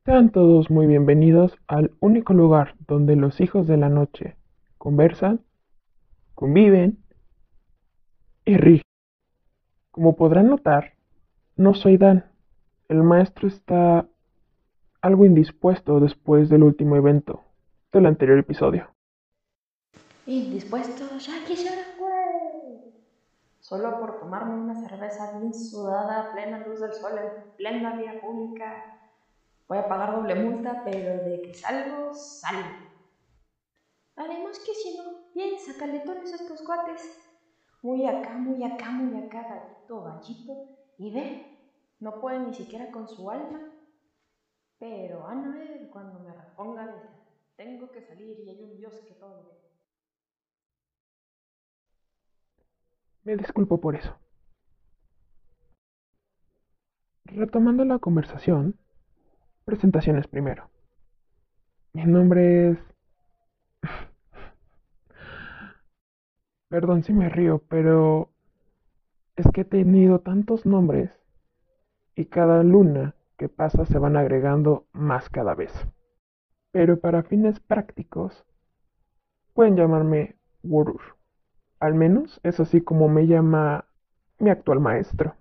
Sean todos muy bienvenidos al único lugar donde los hijos de la noche conversan, conviven y ríen. Como podrán notar, no soy Dan. El maestro está algo indispuesto después del último evento del anterior episodio. Indispuesto, ya quisiera, güey. Solo por tomarme una cerveza bien sudada a plena luz del sol en plena vía pública. Voy a pagar doble multa, pero de que salgo, salgo. Además que si no, bien sacaletones estos cuates. Muy acá, muy acá, muy acá, gallito, gallito. Y ve, no pueden ni siquiera con su alma. Pero van a ver cuando me reponga de esta. Tengo que salir y hay un Dios que todo ve. Me disculpo por eso. Retomando la conversación, presentaciones primero. Mi nombre es... Perdón si me río, pero es que he tenido tantos nombres y cada luna que pasa se van agregando más cada vez. Pero para fines prácticos, pueden llamarme Worur. Al menos es así como me llama mi actual maestro.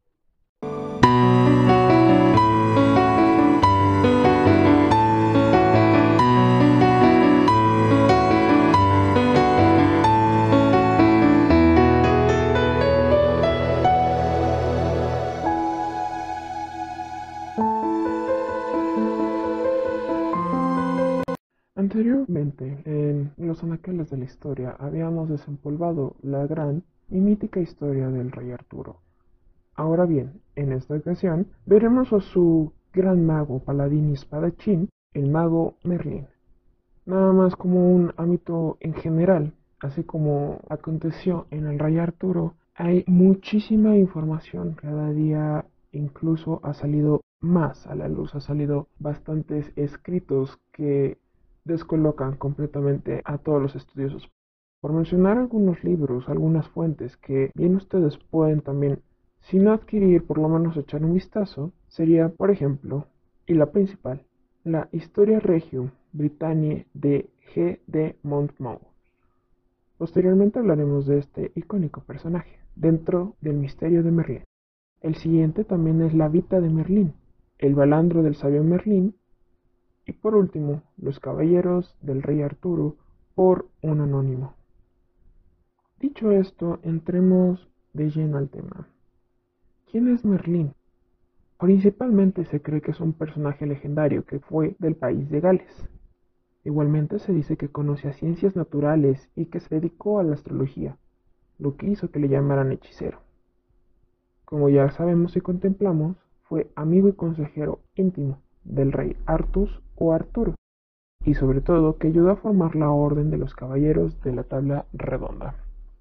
Anteriormente, en los anaqueles de la historia, habíamos desempolvado la gran y mítica historia del rey Arturo. Ahora bien, en esta ocasión, veremos a su gran mago, paladín y espadachín, el mago Merlín. Nada más como un ámbito en general, así como aconteció en el rey Arturo, hay muchísima información. Cada día incluso ha salido más a la luz, ha salido bastantes escritos que descolocan completamente a todos los estudiosos. Por mencionar algunos libros, algunas fuentes que bien ustedes pueden también, si no adquirir, por lo menos echar un vistazo, sería, por ejemplo, y la principal, la Historia Regium Britanniae de G. de Monmouth. Posteriormente hablaremos de este icónico personaje dentro del misterio de Merlín. El siguiente también es la Vita de Merlín, el balandro del sabio Merlín, y por último, los caballeros del rey Arturo por un anónimo. Dicho esto, entremos de lleno al tema. ¿Quién es Merlín? Principalmente se cree que es un personaje legendario que fue del país de Gales. Igualmente se dice que conocía ciencias naturales y que se dedicó a la astrología, lo que hizo que le llamaran hechicero. Como ya sabemos y contemplamos, fue amigo y consejero íntimo del rey Artus o Arturo, y sobre todo que ayudó a formar la orden de los caballeros de la tabla redonda.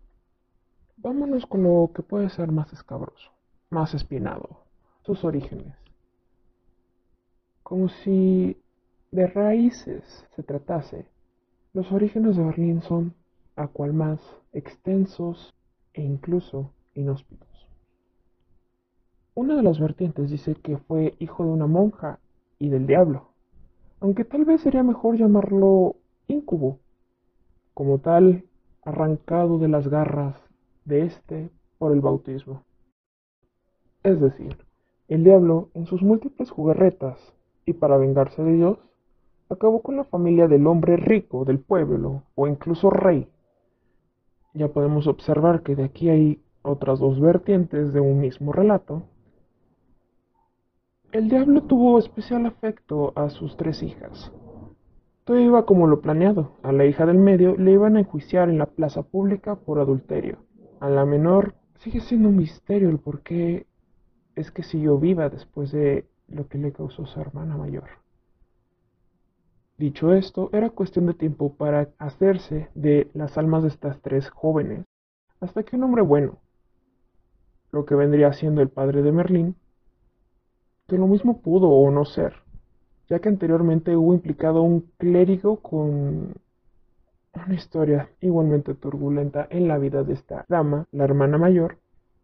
Vámonos con lo que puede ser más escabroso, más espinado, sus orígenes. Como si de raíces se tratase, los orígenes de Berlín son, a cual más, extensos e incluso inhóspitos. Una de las vertientes dice que fue hijo de una monja y del diablo, aunque tal vez sería mejor llamarlo incubo, como tal, arrancado de las garras de este por el bautismo. Es decir, el diablo, en sus múltiples jugarretas, y para vengarse de Dios, acabó con la familia del hombre rico del pueblo, o incluso rey. Ya podemos observar que de aquí hay otras dos vertientes de un mismo relato. El diablo tuvo especial afecto a sus tres hijas. Todo iba como lo planeado. A la hija del medio le iban a enjuiciar en la plaza pública por adulterio. A la menor sigue siendo un misterio el por qué es que siguió viva después de lo que le causó su hermana mayor. Dicho esto, era cuestión de tiempo para hacerse de las almas de estas tres jóvenes, hasta que un hombre bueno, lo que vendría siendo el padre de Merlín, que lo mismo pudo o no ser, ya que anteriormente hubo implicado un clérigo con una historia igualmente turbulenta en la vida de esta dama, la hermana mayor.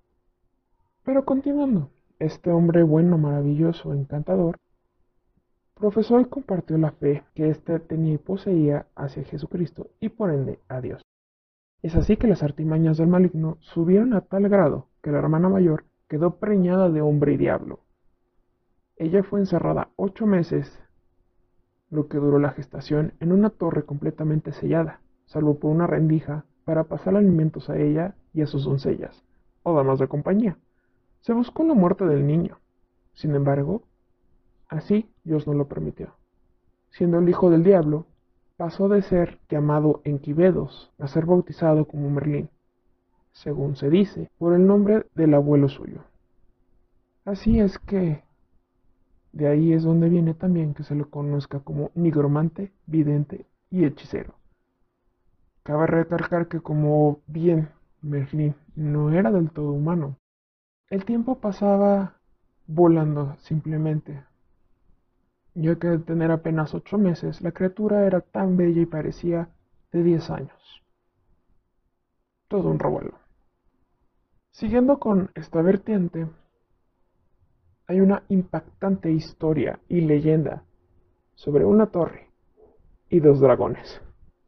Pero continuando, este hombre bueno, maravilloso, encantador, profesó y compartió la fe que éste tenía y poseía hacia Jesucristo y por ende a Dios. Es así que las artimañas del maligno subieron a tal grado que la hermana mayor quedó preñada de hombre y diablo. Ella fue encerrada 8 meses, lo que duró la gestación, en una torre completamente sellada, salvo por una rendija para pasar alimentos a ella y a sus doncellas, o damas de compañía. Se buscó la muerte del niño. Sin embargo, así Dios no lo permitió. Siendo el hijo del diablo, pasó de ser llamado Enquivedos a ser bautizado como Merlín, según se dice, por el nombre del abuelo suyo. Así es que de ahí es donde viene también que se lo conozca como nigromante, vidente y hechicero. Cabe recalcar que como bien Merlín no era del todo humano, el tiempo pasaba volando simplemente, ya que de tener apenas 8 meses, la criatura era tan bella y parecía de 10 años. Todo un revuelo. Siguiendo con esta vertiente, hay una impactante historia y leyenda sobre una torre y 2 dragones.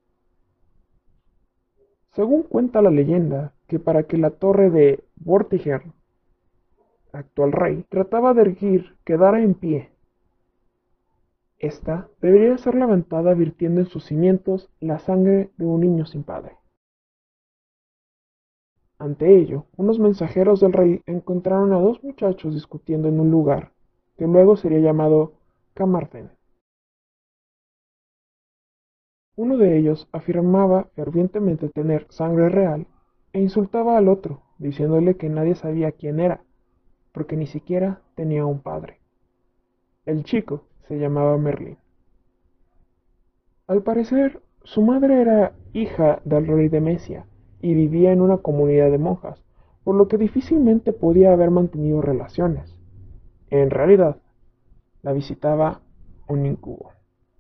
Según cuenta la leyenda, que para que la torre de Vortigern, actual rey, trataba de erguir, quedara en pie, esta debería ser levantada virtiendo en sus cimientos la sangre de un niño sin padre. Ante ello, unos mensajeros del rey encontraron a 2 muchachos discutiendo en un lugar que luego sería llamado Camarden. Uno de ellos afirmaba fervientemente tener sangre real e insultaba al otro, diciéndole que nadie sabía quién era, porque ni siquiera tenía un padre. El chico se llamaba Merlín. Al parecer, su madre era hija del rey de Mesia y vivía en una comunidad de monjas, por lo que difícilmente podía haber mantenido relaciones. En realidad, la visitaba un incubo.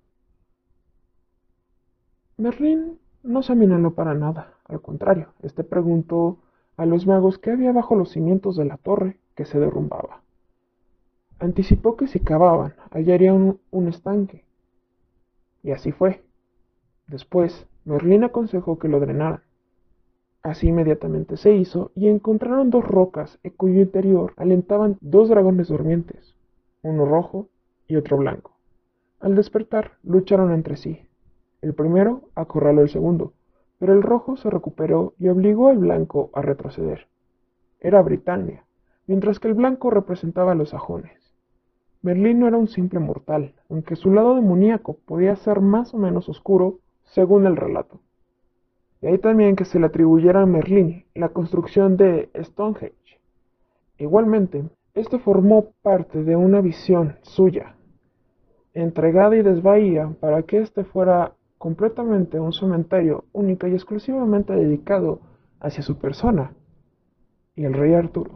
Merlín no se aminoró para nada, al contrario, este preguntó a los magos qué había bajo los cimientos de la torre que se derrumbaba. Anticipó que si cavaban, hallarían un estanque, y así fue. Después, Merlín aconsejó que lo drenaran. Así inmediatamente se hizo, y encontraron 2 rocas en cuyo interior alentaban 2 dragones durmientes, uno rojo y otro blanco. Al despertar, lucharon entre sí. El primero acorraló al segundo, pero el rojo se recuperó y obligó al blanco a retroceder. Era Britania, mientras que el blanco representaba a los sajones. Merlín no era un simple mortal, aunque su lado demoníaco podía ser más o menos oscuro según el relato. De ahí también que se le atribuyera a Merlín la construcción de Stonehenge. Igualmente, esto formó parte de una visión suya, entregada y desvaía para que este fuera completamente un cementerio único y exclusivamente dedicado hacia su persona y el rey Arturo.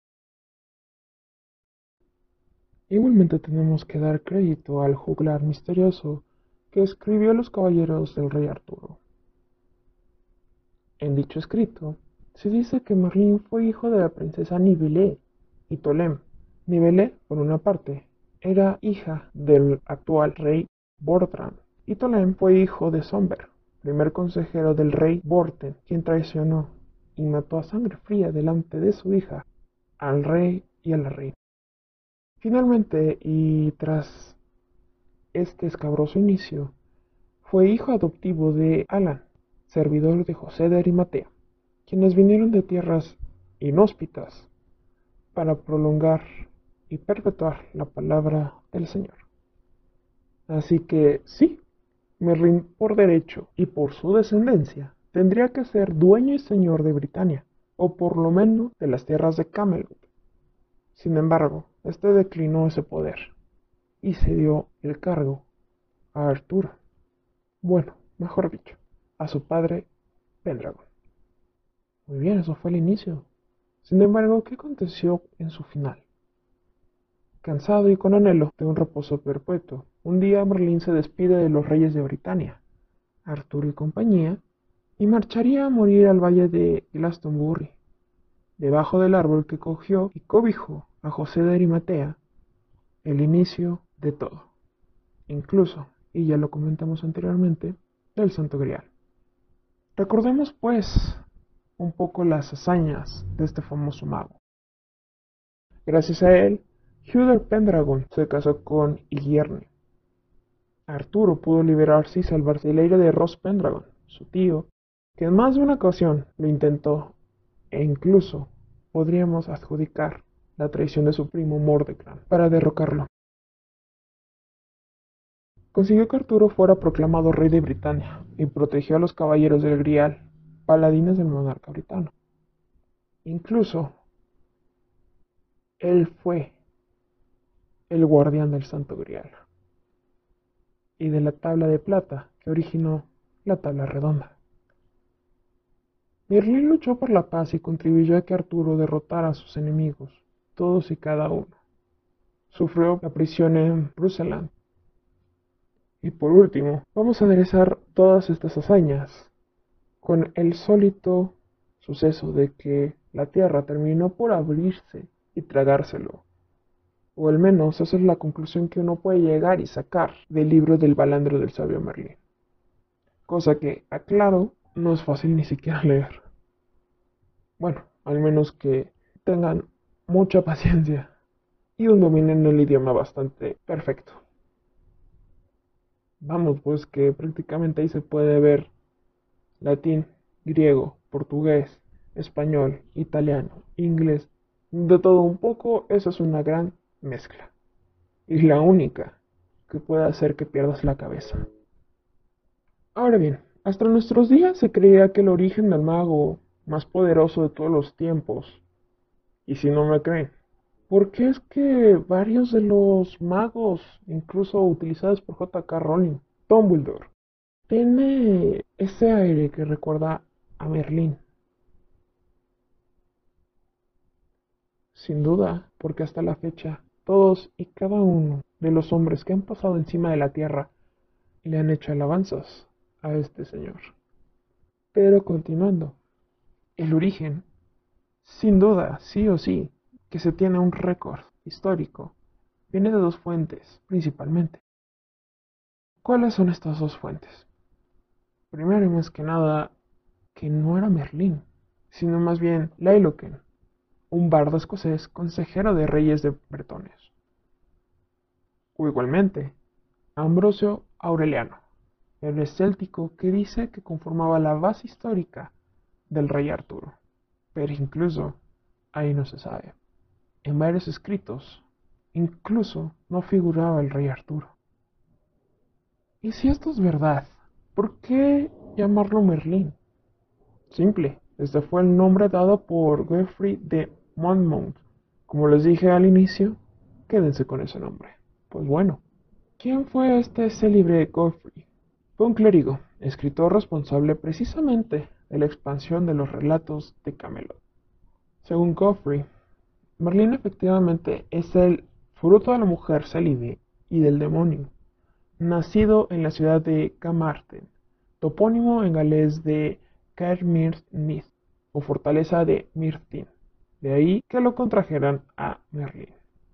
Igualmente tenemos que dar crédito al juglar misterioso que escribió Los Caballeros del Rey Arturo. En dicho escrito, se dice que Merlín fue hijo de la princesa Nibelé y Tolem. Nibelé, por una parte, era hija del actual rey Borthran, y Tolem fue hijo de Somber, primer consejero del rey Borten, quien traicionó y mató a sangre fría delante de su hija al rey y a la reina. Finalmente, y tras este escabroso inicio, fue hijo adoptivo de Alan, servidor de José de Arimatea, quienes vinieron de tierras inhóspitas para prolongar y perpetuar la palabra del Señor. Así que sí, Merlín por derecho y por su descendencia tendría que ser dueño y señor de Britania, o por lo menos de las tierras de Camelot. Sin embargo, este declinó ese poder y se dio el cargo a Arturo. Bueno, mejor dicho, a su padre Pendragon. Muy bien, eso fue el inicio. Sin embargo, ¿qué aconteció en su final? Cansado y con anhelo de un reposo perpetuo, un día Merlín se despide de los reyes de Britania, Arturo y compañía, y marcharía a morir al valle de Glastonbury, debajo del árbol que cogió y cobijó a José de Arimatea, el inicio de todo. incluso, y ya lo comentamos anteriormente, del Santo Grial. Recordemos pues un poco las hazañas de este famoso mago. Gracias a él, Uther Pendragon se casó con Ilierne. Arturo pudo liberarse y salvarse de la ira de Ross Pendragon, su tío, que en más de una ocasión lo intentó, e incluso podríamos adjudicar la traición de su primo Mordecai para derrocarlo. Consiguió que Arturo fuera proclamado rey de Britania y protegió a los caballeros del Grial, paladines del monarca britano. Incluso, él fue el guardián del Santo Grial y de la tabla de plata que originó la tabla redonda. Merlín luchó por la paz y contribuyó a que Arturo derrotara a sus enemigos, todos y cada uno. Sufrió la prisión en Bruseland. Y por último, vamos a aderezar todas estas hazañas con el sólito suceso de que la Tierra terminó por abrirse y tragárselo. O al menos esa es la conclusión que uno puede llegar y sacar del libro del Balandro del sabio Merlín. Cosa que, aclaro, no es fácil ni siquiera leer. Bueno, al menos que tengan mucha paciencia y un dominio en el idioma bastante perfecto. Vamos, pues que prácticamente ahí se puede ver latín, griego, portugués, español, italiano, inglés, de todo un poco. Eso es una gran mezcla. Y la única que puede hacer que pierdas la cabeza. Ahora bien, hasta nuestros días se creía que el origen del mago más poderoso de todos los tiempos, y si no me creen, porque es que varios de los magos, incluso utilizados por J.K. Rowling, Dumbledore, tiene ese aire que recuerda a Merlín. Sin duda, porque hasta la fecha, todos y cada uno de los hombres que han pasado encima de la tierra le han hecho alabanzas a este señor. Pero continuando, el origen, sin duda, sí o sí, que se tiene un récord histórico, viene de dos fuentes, principalmente. ¿Cuáles son estas dos fuentes? Primero y más que nada, que no era Merlín, sino más bien Lailoken, un bardo escocés consejero de reyes de bretones. O igualmente, Ambrosio Aureliano, el céltico que dice que conformaba la base histórica del rey Arturo. Pero incluso ahí no se sabe. En varios escritos, incluso no figuraba el rey Arturo. Y si esto es verdad, ¿por qué llamarlo Merlín? Simple, este fue el nombre dado por Geoffrey de Monmouth. Como les dije al inicio, quédense con ese nombre. Pues bueno, ¿quién fue este célebre Geoffrey? Fue un clérigo, escritor responsable precisamente de la expansión de los relatos de Camelot. Según Geoffrey, Merlín efectivamente es el fruto de la mujer célibe y del demonio, nacido en la ciudad de Carmarthen, topónimo en galés de Caer Mirth, o fortaleza de Mirtin, de ahí que lo contrajeran a Merlín.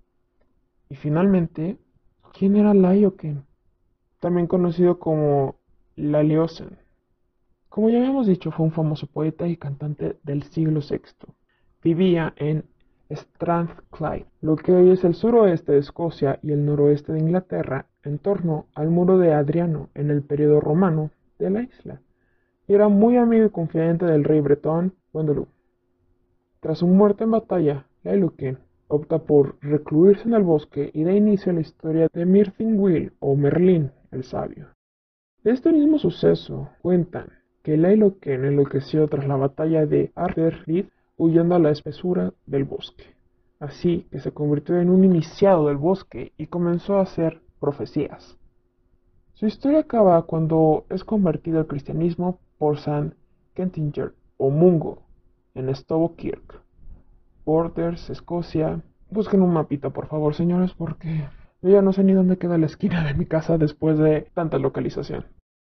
Y finalmente, ¿quién era Laioken? También conocido como Laliosen. Como ya habíamos dicho, fue un famoso poeta y cantante del siglo VI. Vivía en Strathclyde, lo que hoy es el suroeste de Escocia y el noroeste de Inglaterra, en torno al muro de Adriano en el periodo romano de la isla, y era muy amigo y confidente del rey bretón Gondelu. Tras su muerte en batalla, Lailoken opta por recluirse en el bosque y da inicio a la historia de Myrddin o Merlín el Sabio. De este mismo suceso cuentan que Lailoken enloqueció tras la batalla de Arthur-Reed huyendo a la espesura del bosque. Así que se convirtió en un iniciado del bosque y comenzó a hacer profecías. Su historia acaba cuando es convertido al cristianismo por San Kentinger o Mungo en Stobo Kirk, Borders, Escocia. Busquen un mapita, por favor, señores, porque yo ya no sé ni dónde queda la esquina de mi casa después de tanta localización.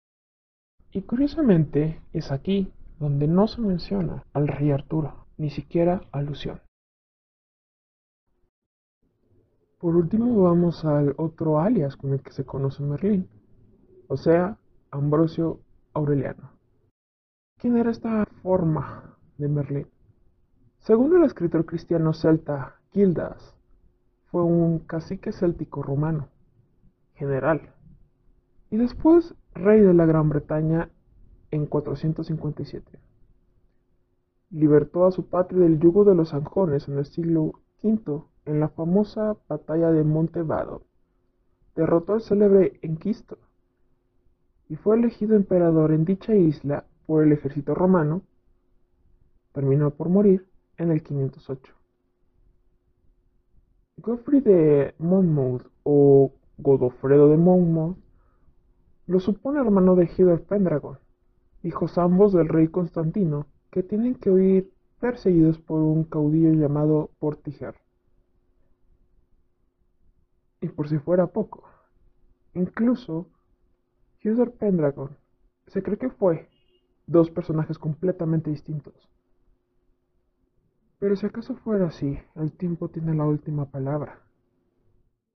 Y curiosamente es aquí donde no se menciona al rey Arturo, ni siquiera alusión. Por último vamos al otro alias con el que se conoce Merlín, o sea, Ambrosio Aureliano. ¿Quién era esta forma de Merlín? Según el escritor cristiano celta Gildas, fue un cacique céltico romano, general, y después rey de la Gran Bretaña en 457. Libertó a su patria del yugo de los sajones en el siglo V en la famosa batalla de Monte Vado. Derrotó al célebre Enquisto y fue elegido emperador en dicha isla por el ejército romano. Terminó por morir en el 508. Geoffrey de Monmouth o Godofredo de Monmouth lo supone hermano de Hither Pendragon, hijos ambos del rey Constantino, que tienen que huir perseguidos por un caudillo llamado Portiger. Y por si fuera poco, incluso Hither Pendragon se cree que fue dos personajes completamente distintos. Pero si acaso fuera así, el tiempo tiene la última palabra.